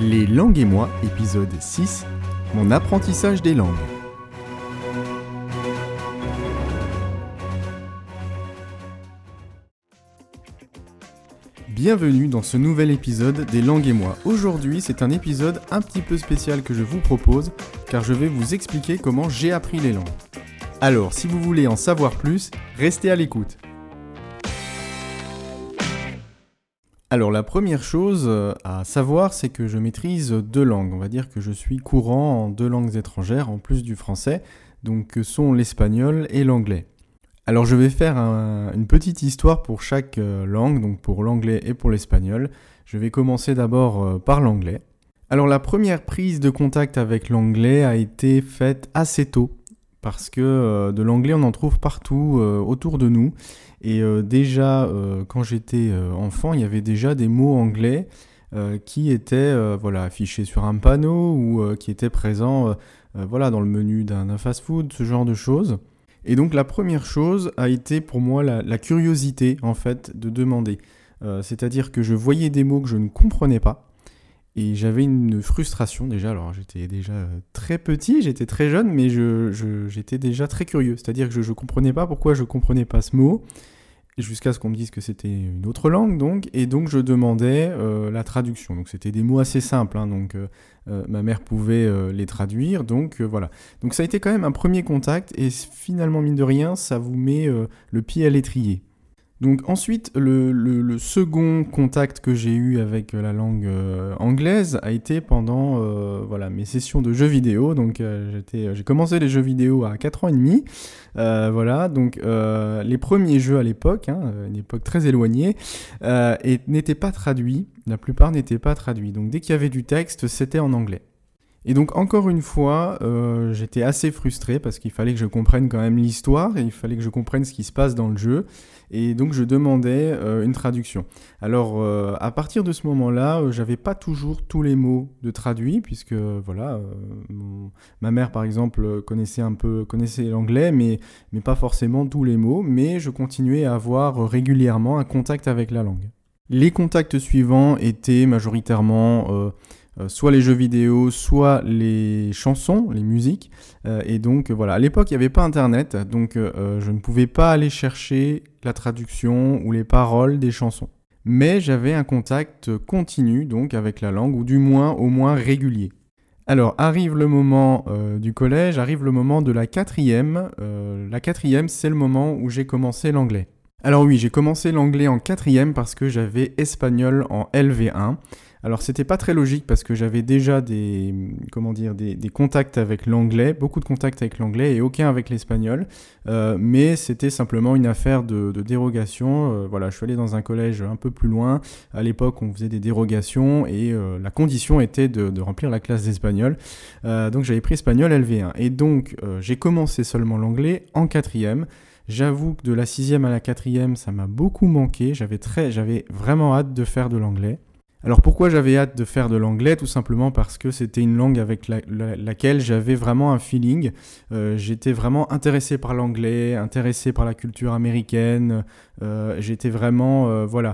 Les langues et moi, épisode 6, mon apprentissage des langues. Bienvenue dans ce nouvel épisode des langues et moi. Aujourd'hui, c'est un épisode un petit peu spécial que je vous propose, car je vais vous expliquer comment j'ai appris les langues. Alors, si vous voulez en savoir plus, restez à l'écoute. Alors la première chose à savoir, c'est que je maîtrise 2 langues. On va dire que je suis courant en 2 langues étrangères, en plus du français, donc que sont l'espagnol et l'anglais. Alors je vais faire une petite histoire pour chaque langue, donc pour l'anglais et pour l'espagnol. Je vais commencer d'abord par l'anglais. Alors la première prise de contact avec l'anglais a été faite assez tôt, parce que de l'anglais on en trouve partout autour de nous. Et déjà, quand j'étais enfant, il y avait déjà des mots anglais qui étaient affichés sur un panneau ou qui étaient présents dans le menu d'un fast-food, ce genre de choses. Et donc la première chose a été pour moi la curiosité en fait de demander. C'est-à-dire que je voyais des mots que je ne comprenais pas. Et j'avais une frustration déjà, alors j'étais déjà très petit, j'étais très jeune, mais j'étais déjà très curieux. C'est-à-dire que je ne comprenais pas pourquoi je ne comprenais pas ce mot, jusqu'à ce qu'on me dise que c'était une autre langue, donc, et donc je demandais la traduction. Donc c'était des mots assez simples, donc ma mère pouvait les traduire, donc voilà. Donc ça a été quand même un premier contact, et finalement, mine de rien, ça vous met le pied à l'étrier. Donc ensuite, le second contact que j'ai eu avec la langue anglaise a été pendant mes sessions de jeux vidéo. Donc j'ai commencé les jeux vidéo à 4 ans et demi. Donc les premiers jeux à l'époque, une époque très éloignée, et n'étaient pas traduits. La plupart n'étaient pas traduits. Donc dès qu'il y avait du texte, c'était en anglais. Et donc encore une fois, j'étais assez frustré parce qu'il fallait que je comprenne quand même l'histoire et il fallait que je comprenne ce qui se passe dans le jeu. Et donc je demandais une traduction. Alors à partir de ce moment-là, j'avais pas toujours tous les mots de traduits puisque ma mère par exemple connaissait l'anglais mais pas forcément tous les mots. Mais je continuais à avoir régulièrement un contact avec la langue. Les contacts suivants étaient majoritairement soit les jeux vidéo, soit les chansons, les musiques. Et donc à l'époque il n'y avait pas internet, donc je ne pouvais pas aller chercher la traduction ou les paroles des chansons. Mais j'avais un contact continu donc avec la langue, ou du moins au moins régulier. Alors arrive le moment du collège, arrive le moment de la 4e. La 4e, c'est le moment où j'ai commencé l'anglais. Alors oui, j'ai commencé l'anglais en 4e parce que j'avais espagnol en LV1. Alors c'était pas très logique parce que j'avais déjà des contacts avec l'anglais, beaucoup de contacts avec l'anglais et aucun avec l'espagnol, mais c'était simplement une affaire de dérogation. Je suis allé dans un collège un peu plus loin. À l'époque, on faisait des dérogations et la condition était de remplir la classe d'espagnol. Donc j'avais pris espagnol LV1 et donc j'ai commencé seulement l'anglais en 4e. J'avoue que de la 6e à la 4e, ça m'a beaucoup manqué. J'avais vraiment hâte de faire de l'anglais. Alors pourquoi j'avais hâte de faire de l'anglais ? Tout simplement parce que c'était une langue avec laquelle j'avais vraiment un feeling. J'étais vraiment intéressé par l'anglais, intéressé par la culture américaine. J'avais vraiment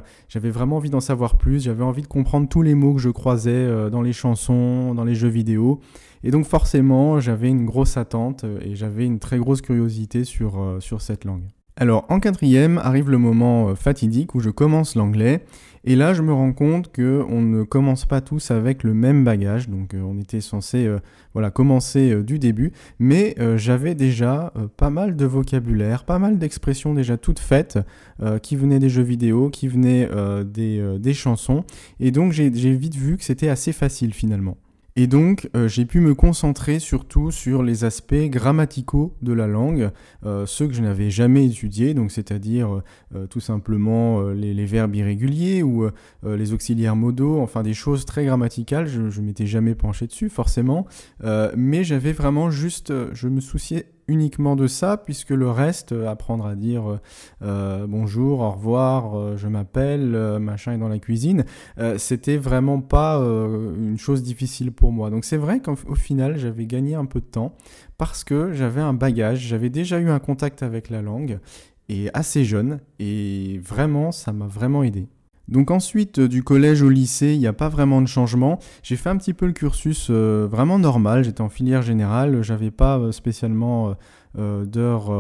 envie d'en savoir plus. J'avais envie de comprendre tous les mots que je croisais dans les chansons, dans les jeux vidéo. Et donc forcément, j'avais une grosse attente et j'avais une très grosse curiosité sur cette langue. Alors en 4e arrive le moment fatidique où je commence l'anglais. Et là, je me rends compte qu'on ne commence pas tous avec le même bagage. Donc, on était censé commencer du début. Mais j'avais déjà pas mal de vocabulaire, pas mal d'expressions déjà toutes faites qui venaient des jeux vidéo, qui venaient des chansons. Et donc, j'ai vite vu que c'était assez facile finalement. Et donc, j'ai pu me concentrer surtout sur les aspects grammaticaux de la langue, ceux que je n'avais jamais étudiés, donc c'est-à-dire tout simplement les verbes irréguliers ou les auxiliaires modaux, enfin des choses très grammaticales. Je ne m'étais jamais penché dessus forcément, mais j'avais vraiment je me souciais uniquement de ça, puisque le reste, apprendre à dire bonjour, au revoir, je m'appelle, machin est dans la cuisine, c'était vraiment pas une chose difficile pour moi. Donc c'est vrai qu'au final, j'avais gagné un peu de temps parce que j'avais un bagage, j'avais déjà eu un contact avec la langue, et assez jeune, et vraiment, ça m'a vraiment aidé. Donc ensuite, du collège au lycée, il n'y a pas vraiment de changement. J'ai fait un petit peu le cursus vraiment normal. J'étais en filière générale. J'avais pas spécialement d'heures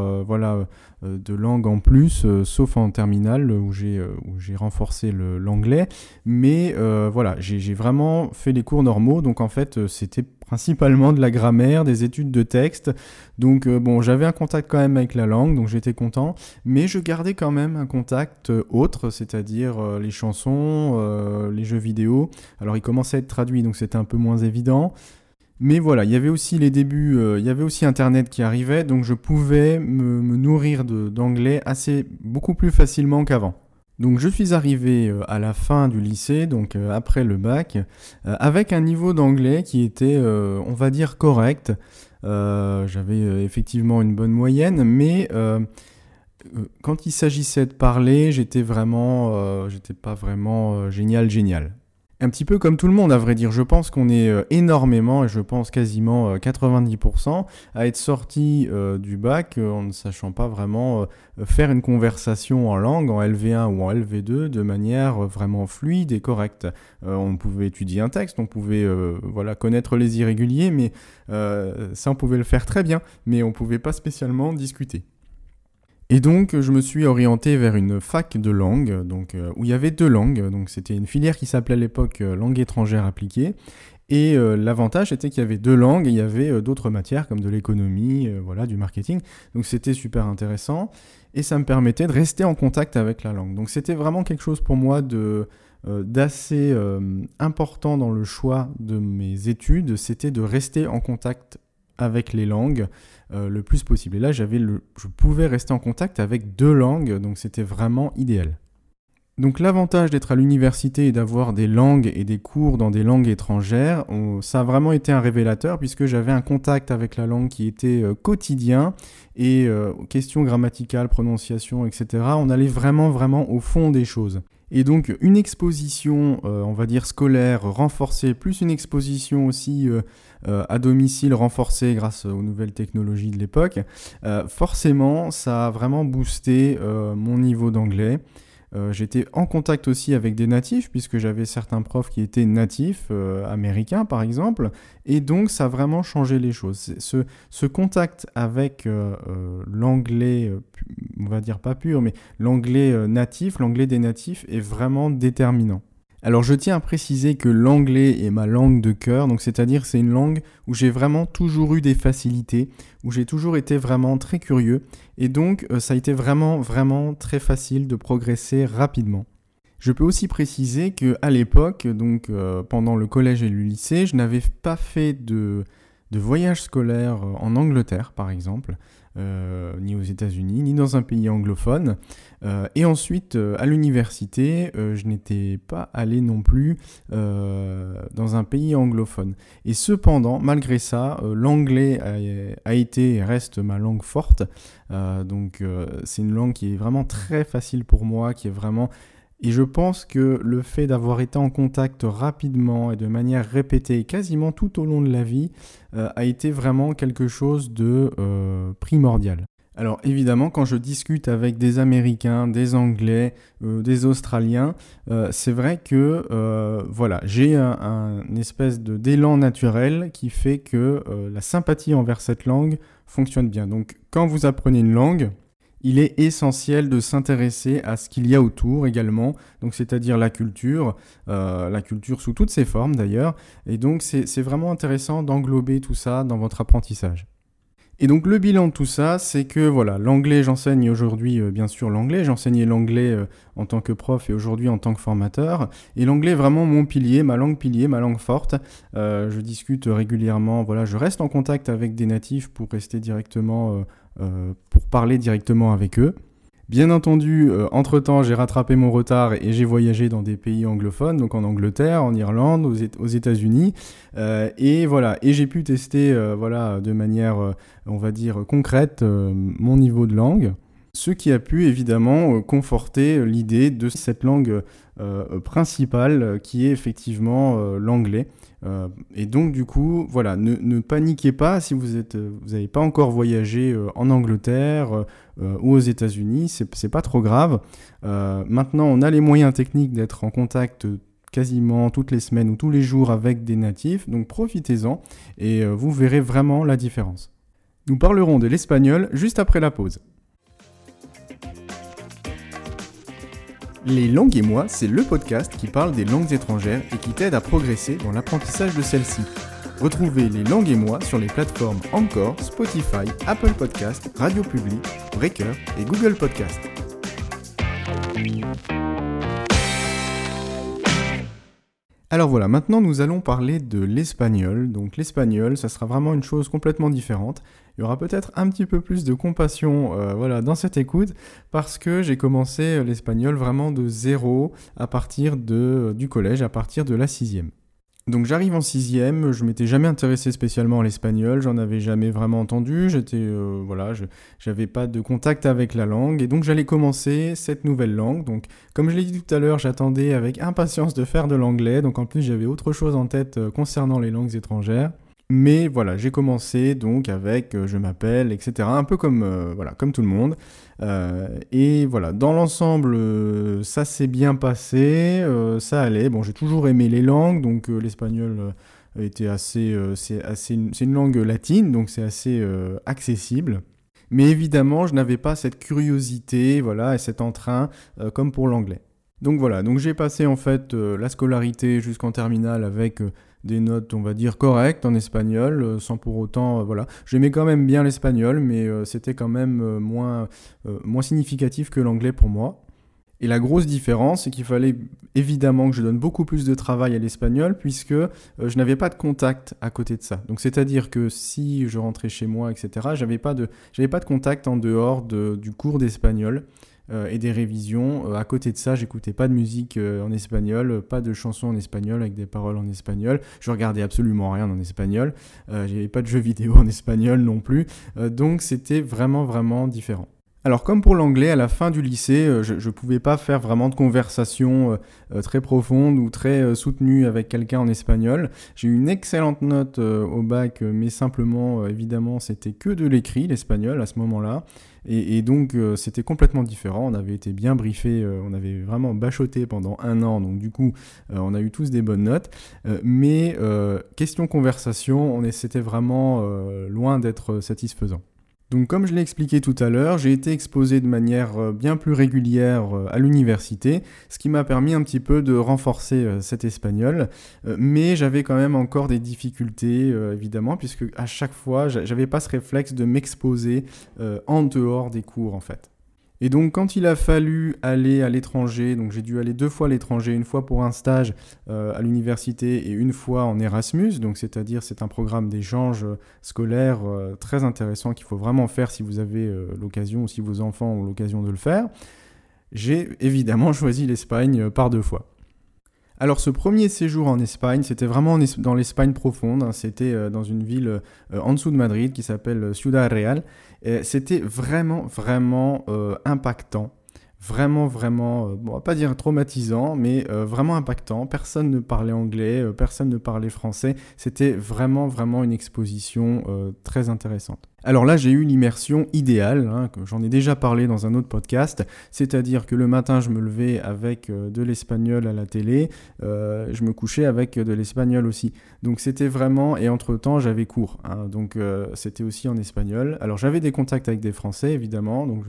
de langue en plus, sauf en terminale où j'ai renforcé l'anglais. Mais voilà, j'ai vraiment fait les cours normaux. Donc en fait, c'était principalement de la grammaire, des études de texte. Donc bon, j'avais un contact quand même avec la langue, donc j'étais content. Mais je gardais quand même un contact autre, c'est-à-dire les chansons, les jeux vidéo. Alors ils commençaient à être traduits, donc c'était un peu moins évident. Mais voilà, il y avait aussi les débuts, il y avait aussi Internet qui arrivait, donc je pouvais me nourrir d'anglais beaucoup plus facilement qu'avant. Donc je suis arrivé à la fin du lycée, donc après le bac, avec un niveau d'anglais qui était, on va dire, correct. J'avais effectivement une bonne moyenne, mais quand il s'agissait de parler, j'étais pas vraiment génial. Un petit peu comme tout le monde, à vrai dire. Je pense qu'on est énormément, et je pense quasiment 90%, à être sorti du bac en ne sachant pas vraiment faire une conversation en langue, en LV1 ou en LV2, de manière vraiment fluide et correcte. On pouvait étudier un texte, on pouvait connaître les irréguliers, mais ça on pouvait le faire très bien, mais on ne pouvait pas spécialement discuter. Et donc, je me suis orienté vers une fac de langue, où il y avait 2 langues. Donc, c'était une filière qui s'appelait à l'époque langue étrangère appliquée. Et l'avantage était qu'il y avait 2 langues et il y avait d'autres matières comme de l'économie, du marketing. Donc, c'était super intéressant et ça me permettait de rester en contact avec la langue. Donc, c'était vraiment quelque chose pour moi d'assez important dans le choix de mes études. C'était de rester en contact avec les langues le plus possible. Et là, je pouvais rester en contact avec 2 langues, donc c'était vraiment idéal. Donc l'avantage d'être à l'université et d'avoir des langues et des cours dans des langues étrangères, ça a vraiment été un révélateur puisque j'avais un contact avec la langue qui était quotidien et questions grammaticales, prononciation, etc. On allait vraiment, vraiment au fond des choses. Et donc une exposition, on va dire scolaire renforcée, plus une exposition aussi à domicile renforcée grâce aux nouvelles technologies de l'époque, forcément ça a vraiment boosté mon niveau d'anglais. J'étais en contact aussi avec des natifs, puisque j'avais certains profs qui étaient natifs, américains par exemple, et donc ça a vraiment changé les choses. Ce contact avec l'anglais, on va dire pas pur, mais l'anglais natif, l'anglais des natifs est vraiment déterminant. Alors je tiens à préciser que l'anglais est ma langue de cœur, donc c'est-à-dire c'est une langue où j'ai vraiment toujours eu des facilités, où j'ai toujours été vraiment très curieux, et donc ça a été vraiment vraiment très facile de progresser rapidement. Je peux aussi préciser qu'à l'époque, donc pendant le collège et le lycée, je n'avais pas fait de voyage scolaire en Angleterre par exemple, ni aux États-Unis, ni dans un pays anglophone. Et ensuite, à l'université, je n'étais pas allé non plus dans un pays anglophone. Et cependant, malgré ça, l'anglais a été et reste ma langue forte. C'est une langue qui est vraiment très facile pour moi, qui est vraiment... Et je pense que le fait d'avoir été en contact rapidement et de manière répétée, quasiment tout au long de la vie, a été vraiment quelque chose de primordial. Alors évidemment, quand je discute avec des Américains, des Anglais, des Australiens, c'est vrai que j'ai un espèce d'élan naturel qui fait que la sympathie envers cette langue fonctionne bien. Donc quand vous apprenez une langue, il est essentiel de s'intéresser à ce qu'il y a autour également, donc c'est-à-dire la culture sous toutes ses formes d'ailleurs, et donc c'est vraiment intéressant d'englober tout ça dans votre apprentissage. Et donc le bilan de tout ça, c'est que voilà, l'anglais, j'enseigne aujourd'hui bien sûr l'anglais, j'enseignais l'anglais en tant que prof et aujourd'hui en tant que formateur, et l'anglais est vraiment mon pilier, ma langue forte. Je discute régulièrement, je reste en contact avec des natifs pour rester directement, pour parler directement avec eux. Bien entendu, entre-temps, j'ai rattrapé mon retard et j'ai voyagé dans des pays anglophones, donc en Angleterre, en Irlande, aux États-Unis. Et j'ai pu tester de manière, on va dire, concrète mon niveau de langue. Ce qui a pu évidemment conforter l'idée de cette langue principale qui est effectivement l'anglais. Et donc du coup, voilà, ne paniquez pas si vous n'avez pas encore voyagé en Angleterre ou aux États-Unis, c'est pas trop grave. Maintenant, on a les moyens techniques d'être en contact quasiment toutes les semaines ou tous les jours avec des natifs, donc profitez-en et vous verrez vraiment la différence. Nous parlerons de l'espagnol juste après la pause. Les langues et moi, c'est le podcast qui parle des langues étrangères et qui t'aide à progresser dans l'apprentissage de celles-ci. Retrouvez Les langues et moi sur les plateformes Anchor, Spotify, Apple Podcast, Radio Public, Breaker et Google Podcast. Alors voilà, maintenant nous allons parler de l'espagnol. Donc l'espagnol, ça sera vraiment une chose complètement différente. Il y aura peut-être un petit peu plus de compassion dans cette écoute parce que j'ai commencé l'espagnol vraiment de zéro à partir du collège, à partir de la 6e. Donc j'arrive en 6e, je m'étais jamais intéressé spécialement à l'espagnol, j'en avais jamais vraiment entendu, j'avais pas de contact avec la langue et donc j'allais commencer cette nouvelle langue. Donc comme je l'ai dit tout à l'heure, j'attendais avec impatience de faire de l'anglais, donc en plus j'avais autre chose en tête concernant les langues étrangères. Mais voilà, j'ai commencé donc avec je m'appelle, etc. Un peu comme tout le monde. Et voilà, dans l'ensemble, ça s'est bien passé, ça allait. Bon, j'ai toujours aimé les langues, donc l'espagnol était c'est une langue latine, donc c'est assez accessible. Mais évidemment, je n'avais pas cette curiosité, voilà, et cet entrain comme pour l'anglais. Donc voilà, donc j'ai passé en fait la scolarité jusqu'en terminale avec des notes, on va dire, correctes en espagnol, sans pour autant, J'aimais quand même bien l'espagnol, mais c'était quand même moins significatif que l'anglais pour moi. Et la grosse différence, c'est qu'il fallait évidemment que je donne beaucoup plus de travail à l'espagnol, puisque je n'avais pas de contact à côté de ça. Donc c'est-à-dire que si je rentrais chez moi, etc., j'avais pas de contact en dehors du cours d'espagnol. Et des révisions. À côté de ça, j'écoutais pas de musique en espagnol, pas de chansons en espagnol avec des paroles en espagnol. Je regardais absolument rien en espagnol. J'avais pas de jeux vidéo en espagnol non plus. Donc c'était vraiment, vraiment différent. Alors comme pour l'anglais, à la fin du lycée, je ne pouvais pas faire vraiment de conversation très profonde ou très soutenue avec quelqu'un en espagnol. J'ai eu une excellente note au bac, mais simplement, évidemment, c'était que de l'écrit, l'espagnol, à ce moment-là. Et donc, c'était complètement différent. On avait été bien briefés, on avait vraiment bachoté pendant 1 an. Donc du coup, on a eu tous des bonnes notes. Mais question conversation, c'était vraiment loin d'être satisfaisant. Donc comme je l'ai expliqué tout à l'heure, j'ai été exposé de manière bien plus régulière à l'université, ce qui m'a permis un petit peu de renforcer cet espagnol, mais j'avais quand même encore des difficultés évidemment, puisque à chaque fois, j'avais pas ce réflexe de m'exposer en dehors des cours en fait. Et donc quand il a fallu aller à l'étranger, donc j'ai dû aller 2 fois à l'étranger, une fois pour un stage à l'université et une fois en Erasmus, donc c'est-à-dire c'est un programme d'échange scolaire très intéressant qu'il faut vraiment faire si vous avez l'occasion ou si vos enfants ont l'occasion de le faire. J'ai évidemment choisi l'Espagne par 2 fois. Alors ce premier séjour en Espagne, c'était vraiment dans l'Espagne profonde, hein. C'était dans une ville en dessous de Madrid qui s'appelle Ciudad Real. Et c'était vraiment, vraiment impactant. Vraiment, vraiment, on va pas dire traumatisant, mais vraiment impactant. Personne ne parlait anglais, personne ne parlait français. C'était vraiment, vraiment une exposition très intéressante. Alors là, j'ai eu l'immersion idéale, hein, que j'en ai déjà parlé dans un autre podcast, c'est-à-dire que le matin, je me levais avec de l'espagnol à la télé, je me couchais avec de l'espagnol aussi. Donc c'était vraiment, et entre-temps, j'avais cours, hein, donc c'était aussi en espagnol. Alors j'avais des contacts avec des Français, évidemment, donc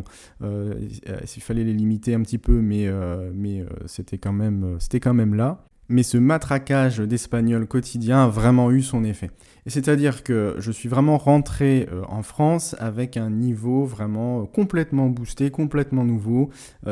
il fallait les limiter un petit peu, mais c'était quand même là. Mais ce matraquage d'espagnol quotidien a vraiment eu son effet. Et c'est-à-dire que je suis vraiment rentré en France avec un niveau vraiment complètement boosté, complètement nouveau.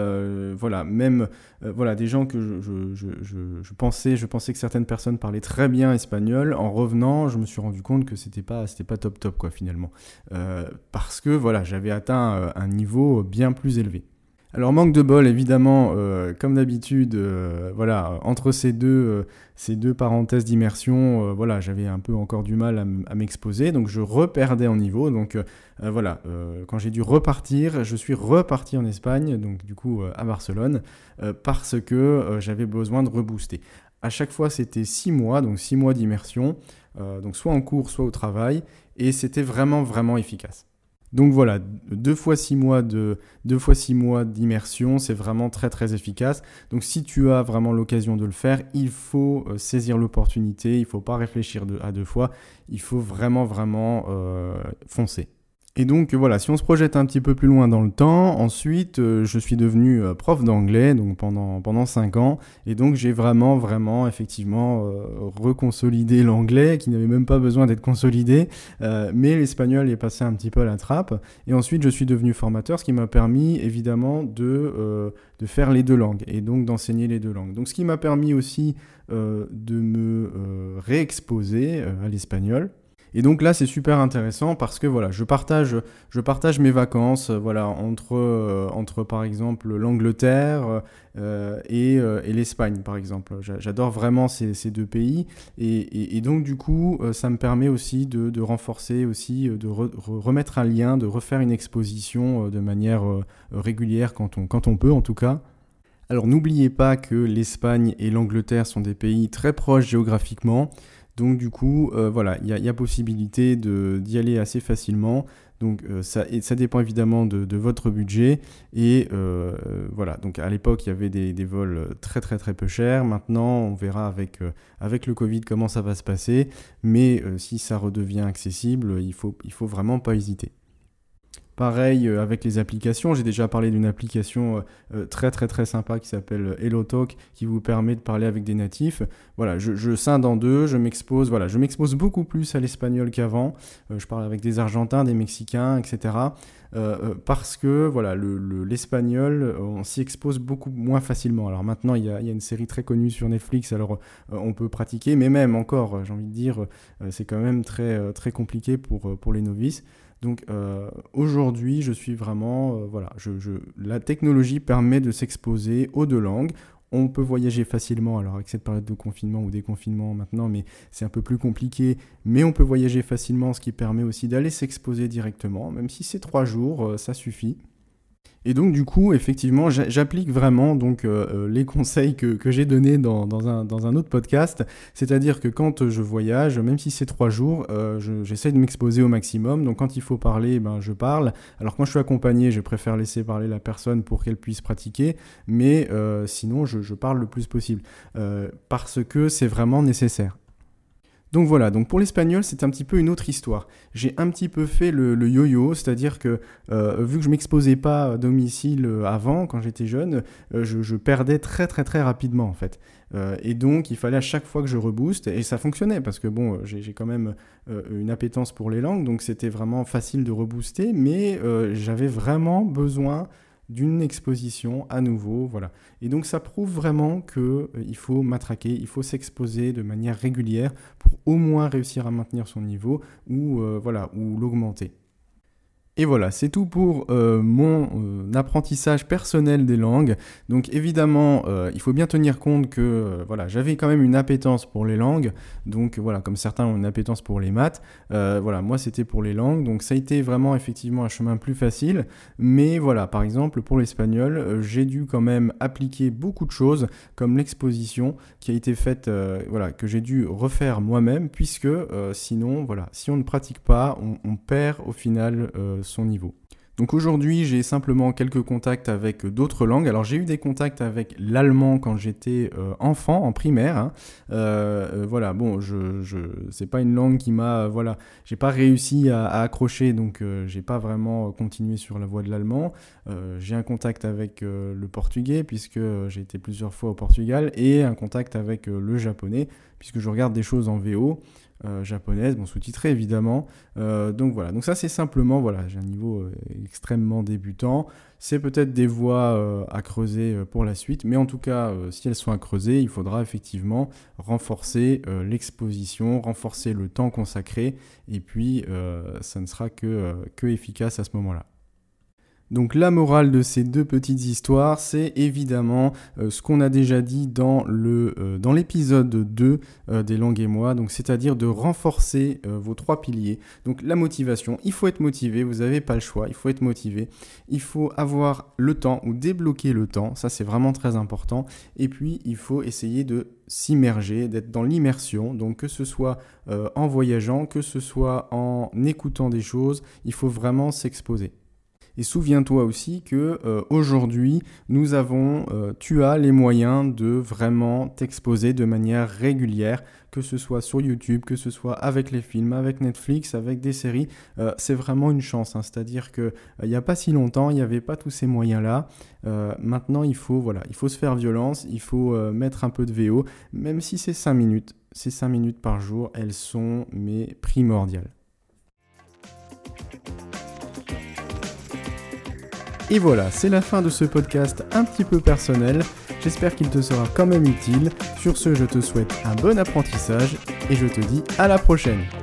Des gens que je pensais que certaines personnes parlaient très bien espagnol. En revenant, je me suis rendu compte que c'était pas top quoi finalement. Parce que voilà, j'avais atteint un niveau bien plus élevé. Alors manque de bol évidemment, comme d'habitude, voilà, entre ces deux parenthèses d'immersion, voilà, j'avais un peu encore du mal à m'exposer, donc je reperdais en niveau, donc voilà, quand j'ai dû repartir, je suis reparti en Espagne, donc du coup à Barcelone, parce que j'avais besoin de rebooster. À chaque fois c'était 6 mois, donc 6 mois d'immersion, donc soit en cours, soit au travail, et c'était vraiment vraiment efficace. Donc voilà, 2 fois 6 mois d'immersion, c'est vraiment très très efficace. Donc si tu as vraiment l'occasion de le faire, il faut saisir l'opportunité, il ne faut pas réfléchir à 2 fois, il faut vraiment vraiment foncer. Et donc voilà, si on se projette un petit peu plus loin dans le temps, ensuite je suis devenu prof d'anglais donc pendant 5 ans et donc j'ai vraiment vraiment effectivement reconsolidé l'anglais qui n'avait même pas besoin d'être consolidé, mais l'espagnol est passé un petit peu à la trappe et ensuite je suis devenu formateur, ce qui m'a permis évidemment de faire les 2 langues et donc d'enseigner les 2 langues. Donc ce qui m'a permis aussi de me réexposer à l'espagnol. Et donc là, c'est super intéressant parce que voilà, je partage mes vacances voilà, entre par exemple l'Angleterre et l'Espagne, par exemple. J'adore vraiment ces 2 pays. Et donc, du coup, ça me permet aussi de renforcer, aussi, de remettre un lien, de refaire une exposition de manière régulière quand on peut, en tout cas. Alors n'oubliez pas que l'Espagne et l'Angleterre sont des pays très proches géographiquement, donc du coup, voilà, il y a possibilité d'y aller assez facilement. Donc ça dépend évidemment de votre budget. Et voilà, donc à l'époque, il y avait des vols très très très peu chers. Maintenant, on verra avec le Covid comment ça va se passer. Mais si ça redevient accessible, il faut vraiment pas hésiter. Pareil avec les applications, j'ai déjà parlé d'une application très très très sympa qui s'appelle HelloTalk qui vous permet de parler avec des natifs. Voilà, je scinde en deux, je m'expose beaucoup plus à l'espagnol qu'avant. Je parle avec des Argentins, des Mexicains, etc. Parce que voilà, l'espagnol, on s'y expose beaucoup moins facilement. Alors maintenant, il y a une série très connue sur Netflix, alors on peut pratiquer, mais même encore, j'ai envie de dire, c'est quand même très, très compliqué pour les novices. Donc aujourd'hui, je suis vraiment, voilà, la technologie permet de s'exposer aux 2 langues. On peut voyager facilement, alors avec cette période de confinement ou déconfinement maintenant, mais c'est un peu plus compliqué. Mais on peut voyager facilement, ce qui permet aussi d'aller s'exposer directement, même si c'est 3 jours, ça suffit. Et donc du coup, effectivement, j'applique vraiment donc les conseils que j'ai donnés dans un autre podcast. C'est-à-dire que quand je voyage, même si c'est 3 jours, j'essaie de m'exposer au maximum. Donc quand il faut parler, ben, je parle. Alors quand je suis accompagné, je préfère laisser parler la personne pour qu'elle puisse pratiquer. Mais sinon, je parle le plus possible. Parce que c'est vraiment nécessaire. Donc voilà, donc pour l'espagnol, c'est un petit peu une autre histoire. J'ai un petit peu fait le yo-yo, c'est-à-dire que vu que je m'exposais pas à domicile avant, quand j'étais jeune, je perdais très très très rapidement en fait. Et donc il fallait à chaque fois que je rebooste, et ça fonctionnait parce que bon, j'ai quand même une appétence pour les langues, donc c'était vraiment facile de rebooster, mais j'avais vraiment besoin d'une exposition à nouveau, voilà. Et donc ça prouve vraiment qu'il faut matraquer, il faut s'exposer de manière régulière pour au moins réussir à maintenir son niveau ou, voilà, ou l'augmenter. Et voilà, c'est tout pour mon apprentissage personnel des langues. Donc évidemment, il faut bien tenir compte que voilà, j'avais quand même une appétence pour les langues. Donc voilà, comme certains ont une appétence pour les maths, voilà, moi c'était pour les langues. Donc ça a été vraiment effectivement un chemin plus facile. Mais voilà, par exemple pour l'espagnol, j'ai dû quand même appliquer beaucoup de choses, comme l'exposition qui a été faite, voilà, que j'ai dû refaire moi-même, puisque sinon, voilà, si on ne pratique pas, on perd au final son niveau. Donc aujourd'hui, j'ai simplement quelques contacts avec d'autres langues. Alors j'ai eu des contacts avec l'allemand quand j'étais enfant, en primaire. Hein. Voilà, bon, c'est pas une langue qui m'a, voilà, j'ai pas réussi à accrocher, donc j'ai pas vraiment continué sur la voie de l'allemand. J'ai un contact avec le portugais puisque j'ai été plusieurs fois au Portugal et un contact avec le japonais puisque je regarde des choses en VO. Japonaise, bon sous-titré évidemment. Donc voilà, donc ça c'est simplement, voilà, j'ai un niveau extrêmement débutant. C'est peut-être des voies à creuser pour la suite, mais en tout cas, si elles sont à creuser, il faudra effectivement renforcer l'exposition, renforcer le temps consacré, et puis ça ne sera que efficace à ce moment-là. Donc la morale de ces deux petites histoires, c'est évidemment ce qu'on a déjà dit dans l'épisode 2 des Langues et moi, donc c'est-à-dire de renforcer vos 3 piliers. Donc la motivation, il faut être motivé, vous n'avez pas le choix, il faut être motivé. Il faut avoir le temps ou débloquer le temps, ça c'est vraiment très important. Et puis il faut essayer de s'immerger, d'être dans l'immersion, donc que ce soit en voyageant, que ce soit en écoutant des choses, il faut vraiment s'exposer. Et souviens-toi aussi que aujourd'hui, tu as les moyens de vraiment t'exposer de manière régulière, que ce soit sur YouTube, que ce soit avec les films, avec Netflix, avec des séries. C'est vraiment une chance, hein. C'est-à-dire qu'il n'y a pas si longtemps, il n'y avait pas tous ces moyens-là. Maintenant, il faut se faire violence, il faut mettre un peu de VO, même si c'est 5 minutes. Ces 5 minutes par jour, elles sont primordiales. Et voilà, c'est la fin de ce podcast un petit peu personnel. J'espère qu'il te sera quand même utile. Sur ce, je te souhaite un bon apprentissage et je te dis à la prochaine.